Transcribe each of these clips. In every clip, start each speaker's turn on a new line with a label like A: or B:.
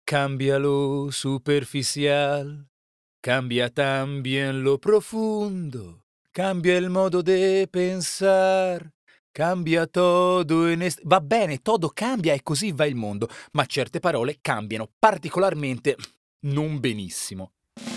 A: Cambia lo superficial, cambia también lo profundo, cambia il modo de pensar, cambia todo en est... Va bene, todo cambia e così va il mondo, ma certe parole cambiano particolarmente non benissimo.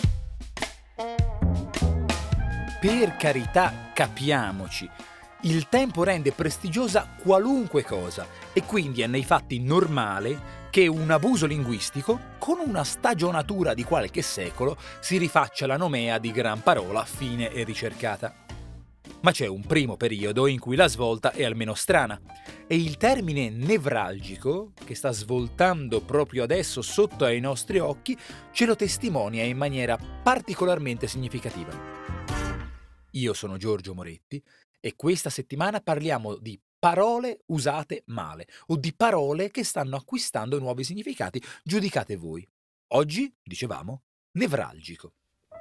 A: Per carità, capiamoci. Il tempo rende prestigiosa qualunque cosa e quindi è nei fatti normale che un abuso linguistico, con una stagionatura di qualche secolo, si rifaccia la nomea di gran parola fine e ricercata. Ma c'è un primo periodo in cui la svolta è almeno strana e il termine nevralgico, che sta svoltando proprio adesso sotto ai nostri occhi, ce lo testimonia in maniera particolarmente significativa. Io sono Giorgio Moretti e questa settimana parliamo di parole usate male o di parole che stanno acquistando nuovi significati. Giudicate voi. Oggi, dicevamo, nevralgico.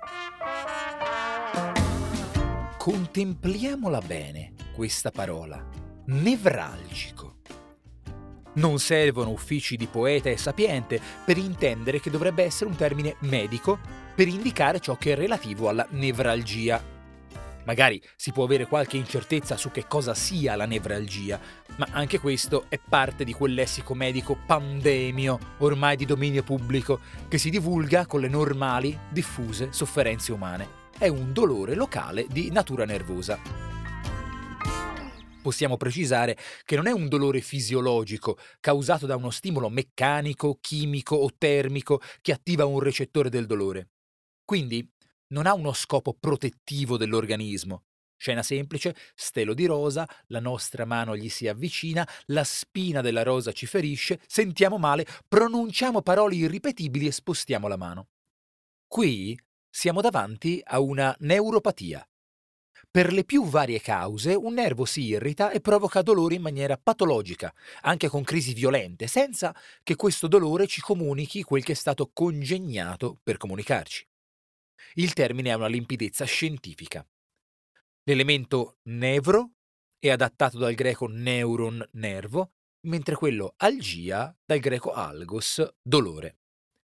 A: Contempliamola bene, questa parola. Nevralgico. Non servono uffici di poeta e sapiente per intendere che dovrebbe essere un termine medico per indicare ciò che è relativo alla nevralgia. Magari si può avere qualche incertezza su che cosa sia la nevralgia, ma anche questo è parte di quel lessico medico pandemio, ormai di dominio pubblico, che si divulga con le normali, diffuse sofferenze umane. È un dolore locale di natura nervosa. Possiamo precisare che non è un dolore fisiologico causato da uno stimolo meccanico, chimico o termico che attiva un recettore del dolore. Quindi non ha uno scopo protettivo dell'organismo. Scena semplice, stelo di rosa, la nostra mano gli si avvicina, la spina della rosa ci ferisce, sentiamo male, pronunciamo parole irripetibili e spostiamo la mano. Qui siamo davanti a una neuropatia. Per le più varie cause, un nervo si irrita e provoca dolore in maniera patologica, anche con crisi violente, senza che questo dolore ci comunichi quel che è stato congegnato per comunicarci. Il termine ha una limpidezza scientifica. L'elemento nevro è adattato dal greco neuron, nervo, mentre quello algia dal greco algos, dolore.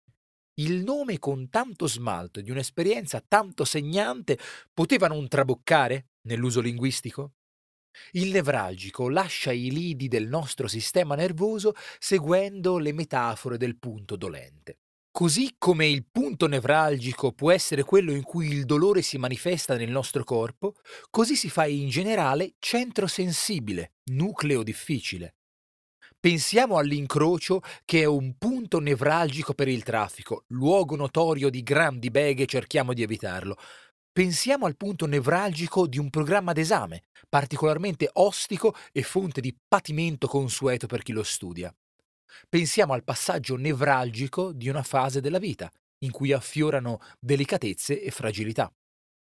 A: Il nome con tanto smalto di un'esperienza tanto segnante poteva non traboccare nell'uso linguistico? Il nevralgico lascia i lidi del nostro sistema nervoso seguendo le metafore del punto dolente. Così come il punto nevralgico può essere quello in cui il dolore si manifesta nel nostro corpo, così si fa in generale centro sensibile, nucleo difficile. Pensiamo all'incrocio che è un punto nevralgico per il traffico, luogo notorio di grandi beghe, cerchiamo di evitarlo. Pensiamo al punto nevralgico di un programma d'esame, particolarmente ostico e fonte di patimento consueto per chi lo studia. Pensiamo al passaggio nevralgico di una fase della vita, in cui affiorano delicatezze e fragilità.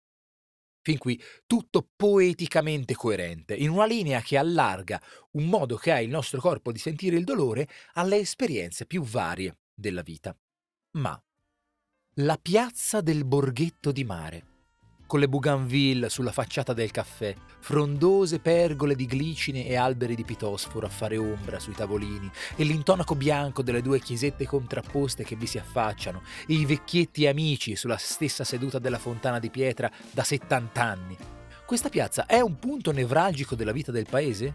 A: Fin qui tutto poeticamente coerente, in una linea che allarga un modo che ha il nostro corpo di sentire il dolore alle esperienze più varie della vita. Ma la piazza del borghetto di mare, con le bougainville sulla facciata del caffè, frondose pergole di glicine e alberi di pitosforo a fare ombra sui tavolini, e l'intonaco bianco delle due chiesette contrapposte che vi si affacciano, e i vecchietti amici sulla stessa seduta della fontana di pietra da 70 anni. Questa piazza è un punto nevralgico della vita del paese?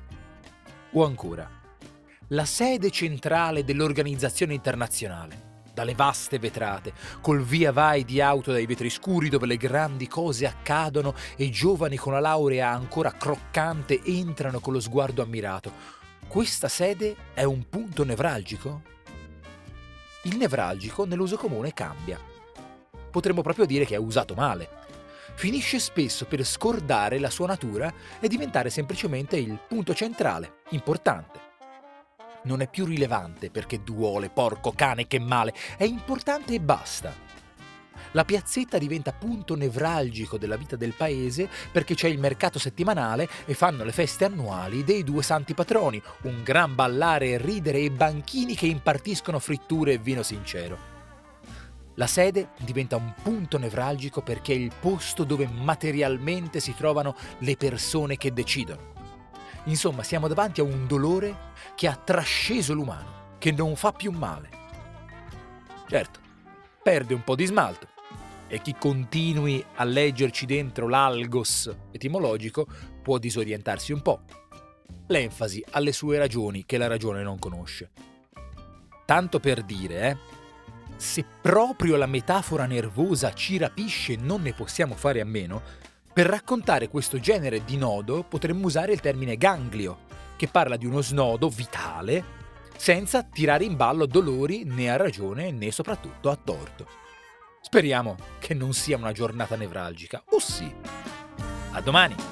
A: O ancora, la sede centrale dell'organizzazione internazionale, dalle vaste vetrate, col via vai di auto dai vetri scuri dove le grandi cose accadono e giovani con la laurea ancora croccante entrano con lo sguardo ammirato. Questa sede è un punto nevralgico? Il nevralgico nell'uso comune cambia. Potremmo proprio dire che è usato male. Finisce spesso per scordare la sua natura e diventare semplicemente il punto centrale, importante. Non è più rilevante perché duole, porco cane, che male, è importante e basta. La piazzetta diventa punto nevralgico della vita del paese perché c'è il mercato settimanale e fanno le feste annuali dei due santi patroni, un gran ballare e ridere e banchini che impartiscono fritture e vino sincero. La sede diventa un punto nevralgico perché è il posto dove materialmente si trovano le persone che decidono. Insomma, siamo davanti a un dolore che ha trasceso l'umano, che non fa più male. Certo, perde un po' di smalto e chi continui a leggerci dentro l'algos etimologico può disorientarsi un po'. L'enfasi alle sue ragioni che la ragione non conosce. Tanto per dire, se proprio la metafora nervosa ci rapisce e non ne possiamo fare a meno, per raccontare questo genere di nodo potremmo usare il termine ganglio, che parla di uno snodo vitale senza tirare in ballo dolori né a ragione né soprattutto a torto. Speriamo che non sia una giornata nevralgica, o sì. A domani!